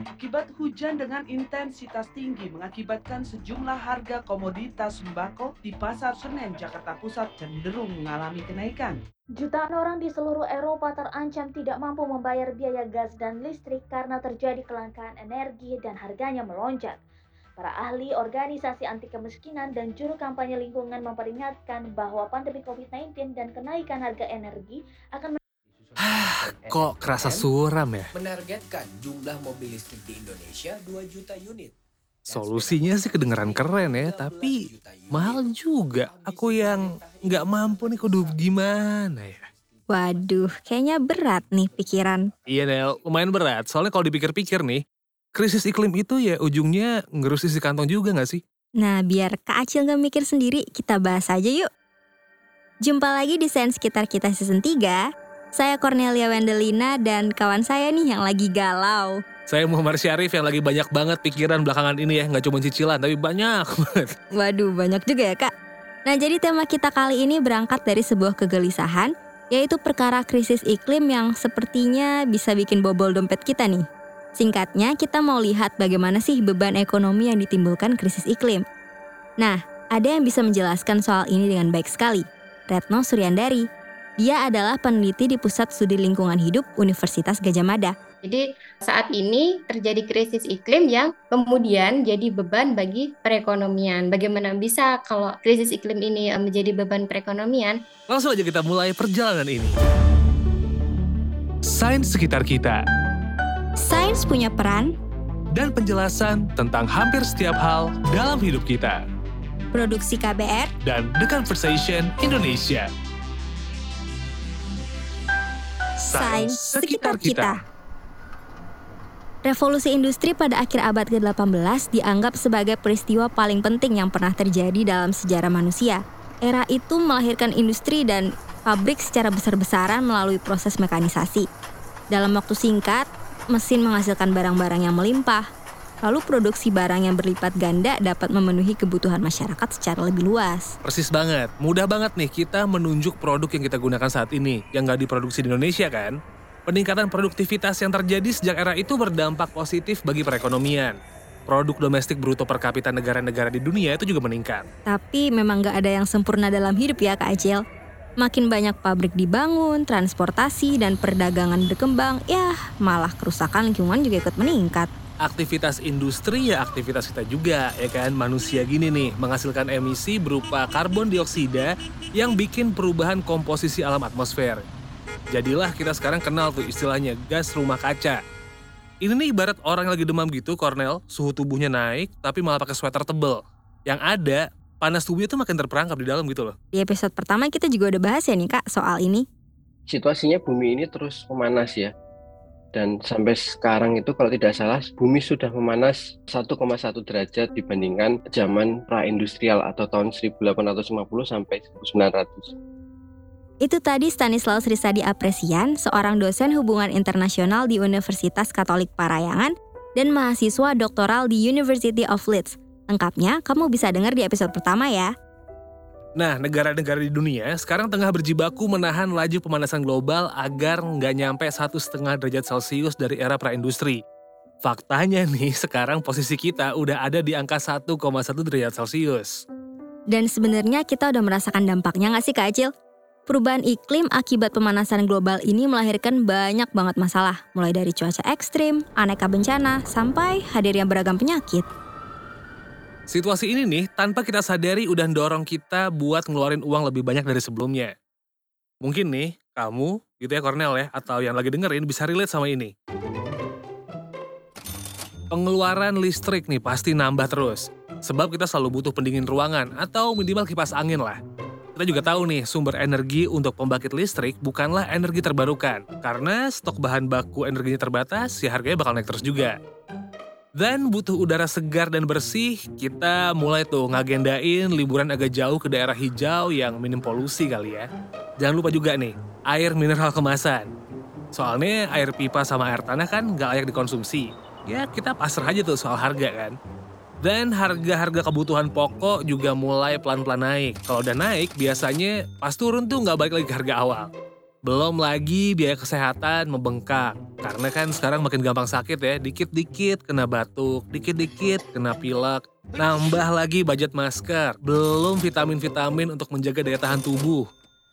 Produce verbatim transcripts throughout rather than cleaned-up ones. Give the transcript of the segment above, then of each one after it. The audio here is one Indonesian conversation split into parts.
Akibat hujan dengan intensitas tinggi mengakibatkan sejumlah harga komoditas sembako di Pasar Senen, Jakarta Pusat cenderung mengalami kenaikan. Jutaan orang di seluruh Eropa terancam tidak mampu membayar biaya gas dan listrik karena terjadi kelangkaan energi dan harganya melonjak. Para ahli organisasi anti kemiskinan dan juru kampanye lingkungan memperingatkan bahwa pandemi covid sembilan belas dan kenaikan harga energi akan Kok kerasa suram ya? menargetkan jumlah mobil listrik di Indonesia dua juta unit. Dan Solusinya sih kedengeran keren ya, sepeda motor tapi tiga belas juta unit. mahal juga. Aku yang nggak mampu nih kudu gimana ya? Waduh, kayaknya berat nih pikiran. Iya Nel, lumayan berat. Soalnya kalau dipikir-pikir nih, krisis iklim itu ya ujungnya ngerus isi kantong juga gak sih? Nah, biar Kak Acil gak mikir sendiri, kita bahas aja yuk. Jumpa lagi di Sains Sekitar Kita Season tiga. Saya Cornelia Wendelina dan kawan saya nih yang lagi galau. Saya Muhammad Syarif yang lagi banyak banget pikiran belakangan ini ya. Nggak cuma cicilan, tapi banyak banget. Waduh, banyak juga ya Kak. Nah, jadi tema kita kali ini berangkat dari sebuah kegelisahan, yaitu perkara krisis iklim yang sepertinya bisa bikin bobol dompet kita nih. Singkatnya, kita mau lihat bagaimana sih beban ekonomi yang ditimbulkan krisis iklim. Nah, ada yang bisa menjelaskan soal ini dengan baik sekali. Retno Suryandari. Dia adalah peneliti di Pusat Studi Lingkungan Hidup Universitas Gadjah Mada. Jadi saat ini terjadi krisis iklim yang kemudian jadi beban bagi perekonomian. Bagaimana bisa kalau krisis iklim ini eh, menjadi beban perekonomian? Langsung aja kita mulai perjalanan ini. Sains sekitar kita Sains punya peran. dan penjelasan tentang hampir setiap hal dalam hidup kita. Produksi K B R. Dan The Conversation Indonesia. Sains sekitar kita. Revolusi industri pada akhir abad ke delapan belas dianggap sebagai peristiwa paling penting yang pernah terjadi dalam sejarah manusia. Era itu melahirkan industri dan pabrik secara besar-besaran melalui proses mekanisasi. Dalam waktu singkat, mesin menghasilkan barang-barang yang melimpah. Lalu produksi barang yang berlipat ganda dapat memenuhi kebutuhan masyarakat secara lebih luas. Persis banget, mudah banget nih kita menunjuk produk yang kita gunakan saat ini, yang nggak diproduksi di Indonesia kan? Peningkatan produktivitas yang terjadi sejak era itu berdampak positif bagi perekonomian. Produk domestik bruto per kapita negara-negara di dunia itu juga meningkat. Tapi memang nggak ada yang sempurna dalam hidup ya Kak Acil. Makin banyak pabrik dibangun, transportasi, dan perdagangan berkembang, ya malah kerusakan lingkungan juga ikut meningkat. Aktivitas industri ya aktivitas kita juga, ya kan? Manusia gini nih, menghasilkan emisi berupa karbon dioksida yang bikin perubahan komposisi alam atmosfer. Jadilah kita sekarang kenal tuh istilahnya gas rumah kaca. Ini nih ibarat orang yang lagi demam gitu, Cornel, suhu tubuhnya naik tapi malah pakai sweater tebel. Yang ada, panas tubuhnya tuh makin terperangkap di dalam gitu loh. Di episode pertama kita juga udah bahas ya nih Kak soal ini. Situasinya bumi ini terus memanas ya. Dan sampai sekarang itu kalau tidak salah bumi sudah memanas satu koma satu derajat dibandingkan zaman pra-industrial atau tahun seribu delapan ratus lima puluh sampai seribu sembilan ratus. Itu tadi Stanislaus Risadi Apresian, seorang dosen hubungan internasional di Universitas Katolik Parayangan dan mahasiswa doktoral di University of Leeds. Lengkapnya kamu bisa dengar di episode pertama ya. Nah, negara-negara di dunia sekarang tengah berjibaku menahan laju pemanasan global agar nggak nyampe satu setengah derajat Celcius dari era praindustri. Faktanya nih, sekarang posisi kita udah ada di angka satu koma satu derajat Celcius. Dan sebenarnya kita udah merasakan dampaknya nggak sih Kak Acil? Perubahan iklim akibat pemanasan global ini melahirkan banyak banget masalah, mulai dari cuaca ekstrim, aneka bencana, sampai hadirnya beragam penyakit. Situasi ini nih, tanpa kita sadari udah dorong kita buat ngeluarin uang lebih banyak dari sebelumnya. Mungkin nih, kamu, gitu ya Cornel ya, atau yang lagi dengerin bisa relate sama ini. Pengeluaran listrik nih pasti nambah terus. Sebab kita selalu butuh pendingin ruangan atau minimal kipas angin lah. Kita juga tahu nih, sumber energi untuk pembangkit listrik bukanlah energi terbarukan. Karena stok bahan baku energinya terbatas, ya harganya bakal naik terus juga. Dan butuh udara segar dan bersih, kita mulai tuh ngagendain liburan agak jauh ke daerah hijau yang minim polusi kali ya. Jangan lupa juga nih, air mineral kemasan. Soalnya air pipa sama air tanah kan nggak layak dikonsumsi. Ya kita pasrah aja tuh soal harga kan. Dan harga-harga kebutuhan pokok juga mulai pelan-pelan naik. Kalau udah naik, biasanya pas turun tuh nggak balik lagi ke harga awal. Belum lagi biaya kesehatan membengkak. Karena kan sekarang makin gampang sakit ya, dikit-dikit kena batuk, dikit-dikit kena pilek. Nambah lagi budget masker, belum vitamin-vitamin untuk menjaga daya tahan tubuh.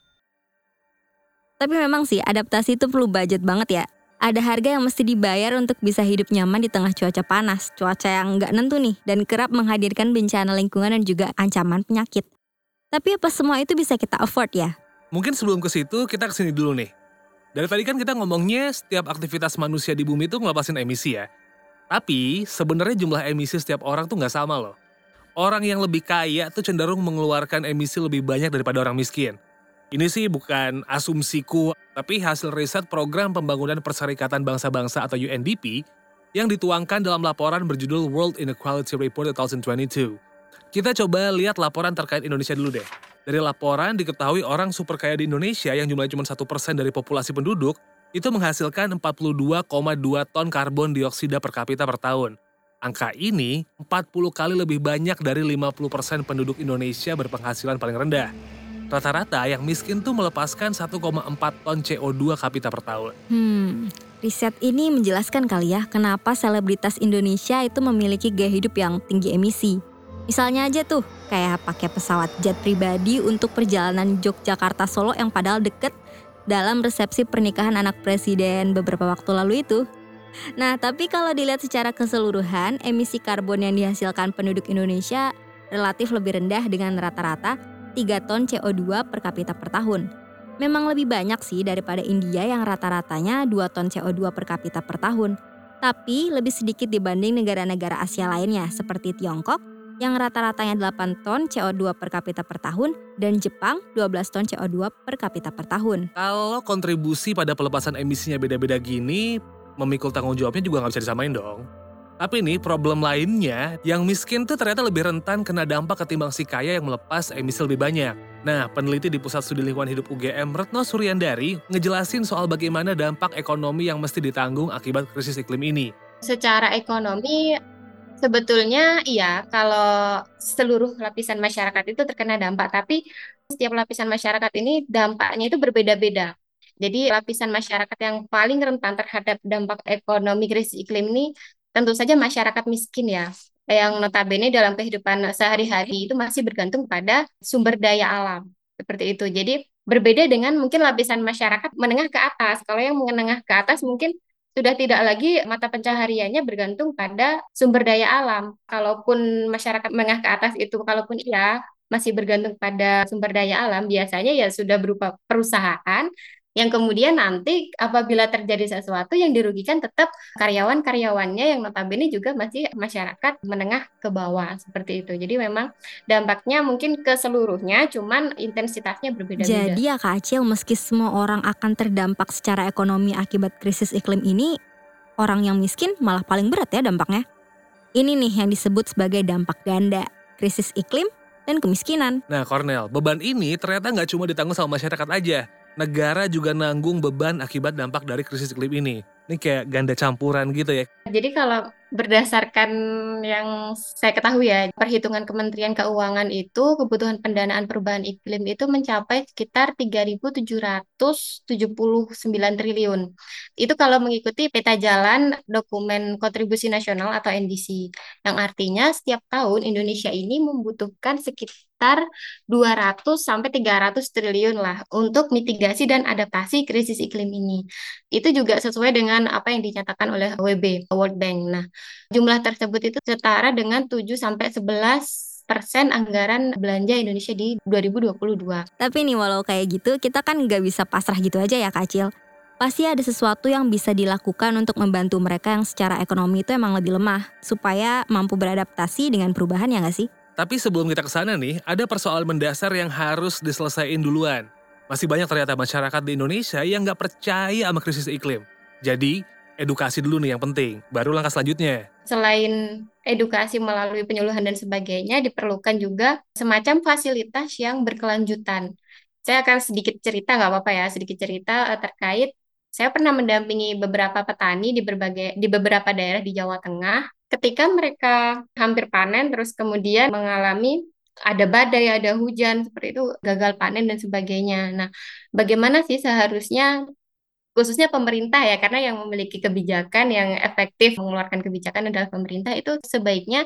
Tapi memang sih adaptasi itu perlu budget banget ya. Ada harga yang mesti dibayar untuk bisa hidup nyaman di tengah cuaca panas, cuaca yang nggak nentu nih, dan kerap menghadirkan bencana lingkungan dan juga ancaman penyakit. Tapi apa semua itu bisa kita afford ya? Mungkin sebelum ke situ, kita kesini dulu nih. Dari tadi kan kita ngomongnya setiap aktivitas manusia di bumi itu ngelepasin emisi ya. Tapi sebenarnya jumlah emisi setiap orang tuh nggak sama loh. Orang yang lebih kaya tuh cenderung mengeluarkan emisi lebih banyak daripada orang miskin. Ini sih bukan asumsiku, tapi hasil riset Program Pembangunan Perserikatan Bangsa-Bangsa atau U N D P yang dituangkan dalam laporan berjudul World Inequality Report dua ribu dua puluh dua. Kita coba lihat laporan terkait Indonesia dulu deh. Dari laporan diketahui orang super kaya di Indonesia yang jumlahnya cuma satu persen dari populasi penduduk, itu menghasilkan empat puluh dua koma dua ton karbon dioksida per kapita per tahun. Angka ini empat puluh kali lebih banyak dari lima puluh persen penduduk Indonesia berpenghasilan paling rendah. Rata-rata yang miskin tuh melepaskan satu koma empat ton C O dua kapita per tahun. Hmm, riset ini menjelaskan kali ya kenapa selebritas Indonesia itu memiliki gaya hidup yang tinggi emisi. Misalnya aja tuh, kayak pakai pesawat jet pribadi untuk perjalanan Yogyakarta-Solo yang padahal deket dalam resepsi pernikahan anak presiden beberapa waktu lalu itu. Nah, tapi kalau dilihat secara keseluruhan, emisi karbon yang dihasilkan penduduk Indonesia relatif lebih rendah dengan rata-rata tiga ton C O dua per kapita per tahun. Memang lebih banyak sih daripada India yang rata-ratanya dua ton C O dua per kapita per tahun. Tapi lebih sedikit dibanding negara-negara Asia lainnya seperti Tiongkok yang rata-ratanya delapan ton C O dua per kapita per tahun dan Jepang dua belas ton C O dua per kapita per tahun. Kalau kontribusi pada pelepasan emisinya beda-beda gini, memikul tanggung jawabnya juga nggak bisa disamain dong. Tapi nih problem lainnya, yang miskin tuh ternyata lebih rentan kena dampak ketimbang si kaya yang melepas emisi lebih banyak. Nah, peneliti di Pusat Studi Lingkungan Hidup U G M, Retno Suryandari, ngejelasin soal bagaimana dampak ekonomi yang mesti ditanggung akibat krisis iklim ini. Secara ekonomi, sebetulnya iya kalau seluruh lapisan masyarakat itu terkena dampak, tapi setiap lapisan masyarakat ini dampaknya itu berbeda-beda. Jadi lapisan masyarakat yang paling rentan terhadap dampak ekonomi krisis iklim ini tentu saja masyarakat miskin ya, yang notabene dalam kehidupan sehari-hari itu masih bergantung pada sumber daya alam, seperti itu. Jadi berbeda dengan mungkin lapisan masyarakat menengah ke atas. Kalau yang menengah ke atas mungkin sudah tidak lagi mata pencahariannya bergantung pada sumber daya alam. Kalaupun masyarakat menengah ke atas itu, kalaupun iya masih bergantung pada sumber daya alam, biasanya ya sudah berupa perusahaan yang kemudian nanti apabila terjadi sesuatu yang dirugikan tetap karyawan-karyawannya yang notabene juga masih masyarakat menengah ke bawah seperti itu. Jadi memang dampaknya mungkin ke seluruhnya, cuman intensitasnya berbeda-beda. Jadi ya Kak Acil, meski semua orang akan terdampak secara ekonomi akibat krisis iklim ini, orang yang miskin malah paling berat ya dampaknya. Ini nih yang disebut sebagai dampak ganda, krisis iklim dan kemiskinan. Nah Cornel, beban ini ternyata nggak cuma ditanggung sama masyarakat aja. Negara juga nanggung beban akibat dampak dari krisis iklim ini. Ini kayak ganda campuran gitu ya. Jadi kalau berdasarkan yang saya ketahui ya, perhitungan Kementerian Keuangan itu kebutuhan pendanaan perubahan iklim itu mencapai sekitar tiga ribu tujuh ratus tujuh puluh sembilan triliun. Itu kalau mengikuti peta jalan dokumen kontribusi nasional atau N D C. Yang artinya setiap tahun Indonesia ini membutuhkan sekitar dua ratus sampai tiga ratus triliun lah untuk mitigasi dan adaptasi krisis iklim ini. Itu juga sesuai dengan apa yang dinyatakan oleh W B, World Bank. Nah, jumlah tersebut itu setara dengan tujuh sampai sebelas persen anggaran belanja Indonesia di dua ribu dua puluh dua. Tapi nih walau kayak gitu, kita kan nggak bisa pasrah gitu aja ya Kak Acil. Pasti ada sesuatu yang bisa dilakukan untuk membantu mereka yang secara ekonomi itu emang lebih lemah, supaya mampu beradaptasi dengan perubahan ya nggak sih? Tapi sebelum kita ke sana nih, ada persoalan mendasar yang harus diselesaikan duluan. Masih banyak ternyata masyarakat di Indonesia yang nggak percaya sama krisis iklim. Jadi, edukasi dulu nih yang penting, baru langkah selanjutnya. Selain edukasi melalui penyuluhan dan sebagainya, diperlukan juga semacam fasilitas yang berkelanjutan. Saya akan sedikit cerita, nggak apa-apa ya, sedikit cerita eh, terkait. Saya pernah mendampingi beberapa petani di berbagai di beberapa daerah di Jawa Tengah. Ketika mereka hampir panen, terus kemudian mengalami ada badai, ada hujan, seperti itu gagal panen dan sebagainya. Nah, bagaimana sih seharusnya khususnya pemerintah ya, karena yang memiliki kebijakan yang efektif mengeluarkan kebijakan adalah pemerintah, itu sebaiknya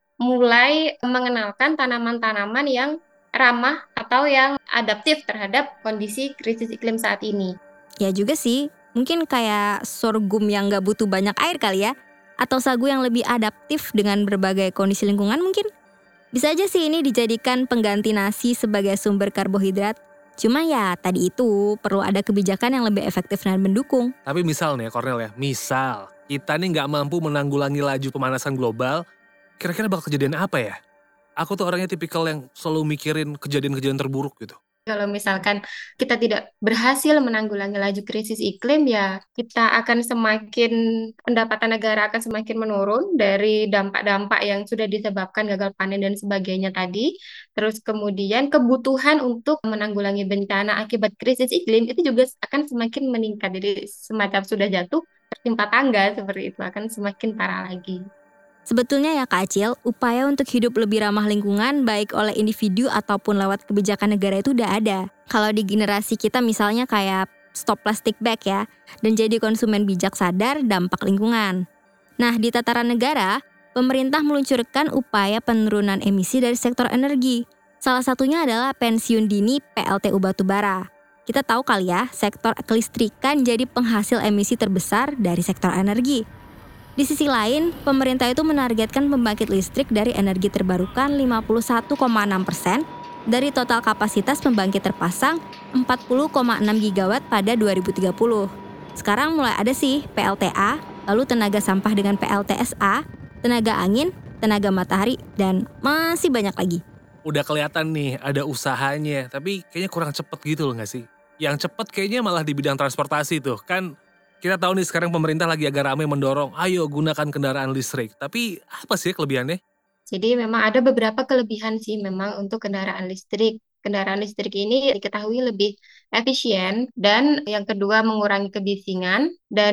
mulai mengenalkan tanaman-tanaman yang ramah atau yang adaptif terhadap kondisi krisis iklim saat ini. Ya juga sih, mungkin kayak sorghum yang nggak butuh banyak air kali ya, atau sagu yang lebih adaptif dengan berbagai kondisi lingkungan mungkin. Bisa aja sih ini dijadikan pengganti nasi sebagai sumber karbohidrat. Cuma ya tadi itu perlu ada kebijakan yang lebih efektif dan mendukung. Tapi misal nih ya Cornel ya, misal kita nih nggak mampu menanggulangi laju pemanasan global, kira-kira bakal kejadian apa ya? Aku tuh orangnya tipikal yang selalu mikirin kejadian-kejadian terburuk gitu. Kalau misalkan kita tidak berhasil menanggulangi laju krisis iklim, ya kita akan semakin, pendapatan negara akan semakin menurun dari dampak-dampak yang sudah disebabkan gagal panen dan sebagainya tadi. Terus kemudian kebutuhan untuk menanggulangi bencana akibat krisis iklim itu juga akan semakin meningkat. Jadi semacam sudah jatuh, tertimpa tangga seperti itu, akan semakin parah lagi. Sebetulnya ya Kak Acil, upaya untuk hidup lebih ramah lingkungan baik oleh individu ataupun lewat kebijakan negara itu udah ada. Kalau di generasi kita misalnya kayak stop plastic bag ya, dan jadi konsumen bijak sadar dampak lingkungan. Nah di tataran negara, pemerintah meluncurkan upaya penurunan emisi dari sektor energi. Salah satunya adalah pensiun dini P L T U batubara. Kita tahu kali ya, sektor kelistrikan jadi penghasil emisi terbesar dari sektor energi. Di sisi lain, pemerintah itu menargetkan pembangkit listrik dari energi terbarukan lima puluh satu koma enam persen dari total kapasitas pembangkit terpasang empat puluh koma enam gigawatt pada dua ribu tiga puluh. Sekarang mulai ada sih P L T A, lalu tenaga sampah dengan P L T S A, tenaga angin, tenaga matahari, dan masih banyak lagi. Udah kelihatan nih ada usahanya, tapi kayaknya kurang cepet gitu loh gak sih? Yang cepet kayaknya malah di bidang transportasi tuh, kan kita tahu nih sekarang pemerintah lagi agak ramai mendorong, ayo gunakan kendaraan listrik. Tapi apa sih kelebihannya? Jadi memang ada beberapa kelebihan sih memang untuk kendaraan listrik. Kendaraan listrik ini diketahui lebih efisien dan yang kedua mengurangi kebisingan dan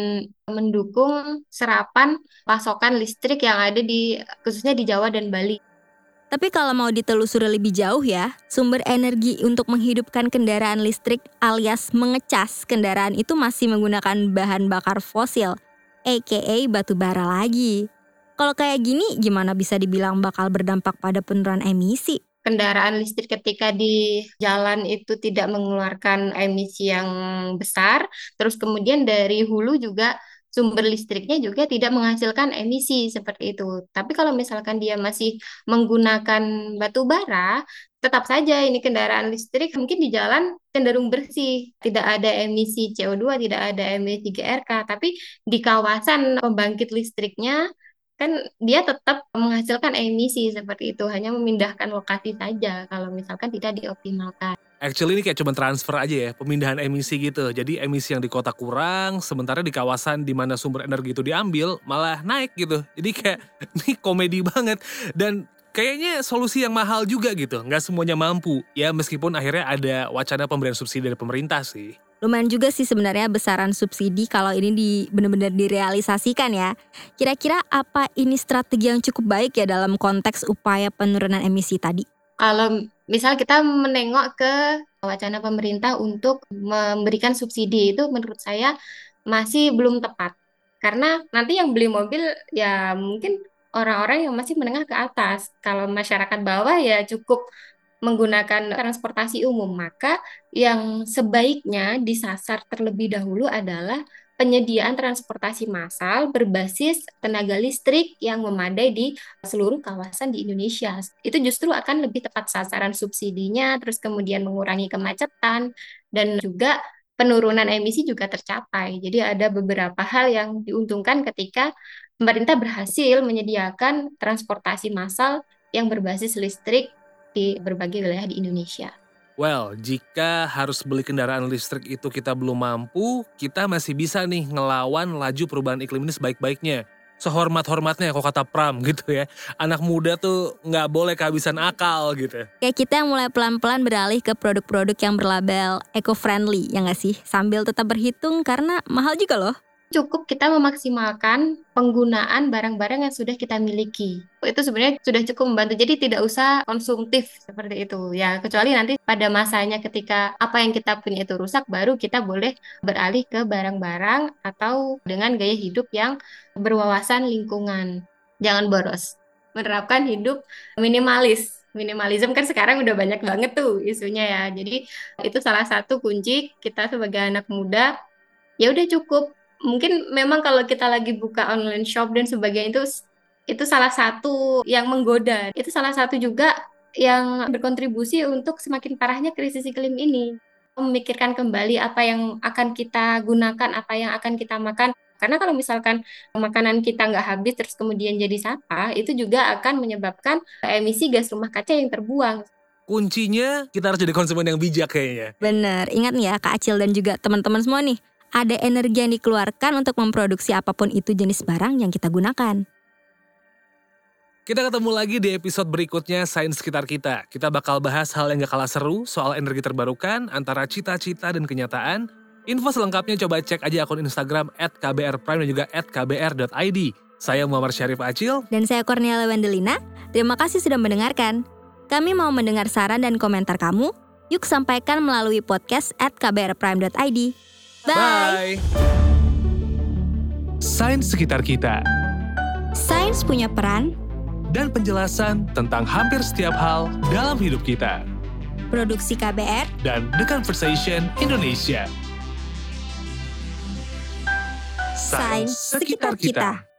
mendukung serapan pasokan listrik yang ada di khususnya di Jawa dan Bali. Tapi kalau mau ditelusuri lebih jauh ya, sumber energi untuk menghidupkan kendaraan listrik alias mengecas kendaraan itu masih menggunakan bahan bakar fosil, aka batu bara lagi. Kalau kayak gini gimana bisa dibilang bakal berdampak pada penurunan emisi? Kendaraan listrik ketika di jalan itu tidak mengeluarkan emisi yang besar, terus kemudian dari hulu juga sumber listriknya juga tidak menghasilkan emisi seperti itu. Tapi kalau misalkan dia masih menggunakan batu bara, tetap saja ini kendaraan listrik mungkin di jalan cenderung bersih, tidak ada emisi C O dua, tidak ada emisi G R K, tapi di kawasan pembangkit listriknya kan dia tetap menghasilkan emisi seperti itu, hanya memindahkan lokasi saja kalau misalkan tidak dioptimalkan. Actually ini kayak cuma transfer aja ya, pemindahan emisi gitu. Jadi emisi yang di kota kurang, sementara di kawasan di mana sumber energi itu diambil malah naik gitu. Jadi kayak ini komedi banget dan kayaknya solusi yang mahal juga gitu. Nggak semuanya mampu ya, meskipun akhirnya ada wacana pemberian subsidi dari pemerintah sih. Lumayan juga sih sebenarnya besaran subsidi kalau ini di, benar-benar direalisasikan ya. Kira-kira apa ini strategi yang cukup baik ya dalam konteks upaya penurunan emisi tadi? Kalau misal kita menengok ke wacana pemerintah untuk memberikan subsidi, itu menurut saya masih belum tepat. Karena nanti yang beli mobil ya mungkin orang-orang yang masih menengah ke atas. Kalau masyarakat bawah ya cukup menggunakan transportasi umum, maka yang sebaiknya disasar terlebih dahulu adalah penyediaan transportasi massal berbasis tenaga listrik yang memadai di seluruh kawasan di Indonesia. Itu justru akan lebih tepat sasaran subsidinya, terus kemudian mengurangi kemacetan, dan juga penurunan emisi juga tercapai. Jadi ada beberapa hal yang diuntungkan ketika pemerintah berhasil menyediakan transportasi massal yang berbasis listrik di berbagai wilayah di Indonesia. Well, jika harus beli kendaraan listrik itu kita belum mampu, kita masih bisa nih ngelawan laju perubahan iklim ini sebaik-baiknya. Sehormat-hormatnya kok kata Pram gitu ya. Anak muda tuh nggak boleh kehabisan akal gitu. Kayak kita yang mulai pelan-pelan beralih ke produk-produk yang berlabel eco-friendly, ya nggak sih? Sambil tetap berhitung karena mahal juga loh. cukup kita memaksimalkan penggunaan barang-barang yang sudah kita miliki. Itu sebenarnya sudah cukup membantu. Jadi tidak usah konsumtif seperti itu. Ya, kecuali nanti pada masanya ketika apa yang kita punya itu rusak, baru kita boleh beralih ke barang-barang atau dengan gaya hidup yang berwawasan lingkungan. Jangan boros. Menerapkan hidup minimalis. Minimalism kan sekarang udah banyak banget tuh isunya ya. Jadi itu salah satu kunci kita sebagai anak muda. Ya udah cukup. Mungkin memang kalau kita lagi buka online shop dan sebagainya itu itu salah satu yang menggoda. Itu salah satu juga yang berkontribusi untuk semakin parahnya krisis iklim ini. Memikirkan kembali apa yang akan kita gunakan, apa yang akan kita makan. Karena kalau misalkan makanan kita nggak habis terus kemudian jadi sampah, itu juga akan menyebabkan emisi gas rumah kaca yang terbuang. Kuncinya kita harus jadi konsumen yang bijak kayaknya. Bener, ingat nih ya Kak Acil dan juga teman-teman semua nih. Ada energi yang dikeluarkan untuk memproduksi apapun itu jenis barang yang kita gunakan. Kita ketemu lagi di episode berikutnya Sains Sekitar Kita. Kita bakal bahas hal yang gak kalah seru soal energi terbarukan antara cita-cita dan kenyataan. Info selengkapnya coba cek aja akun Instagram at k b r prime dan juga at k b r dot i d. Saya Muhammad Syarif Acil. Dan saya Cornelia Wendelina. Terima kasih sudah mendengarkan. Kami mau mendengar saran dan komentar kamu. Yuk sampaikan melalui podcast at k b r prime dot i d. Bye! Bye. Sains Sekitar Kita. Sains punya peran Dan penjelasan tentang hampir setiap hal dalam hidup kita. produksi K B R Dan The Conversation Indonesia. Sains Sekitar Kita.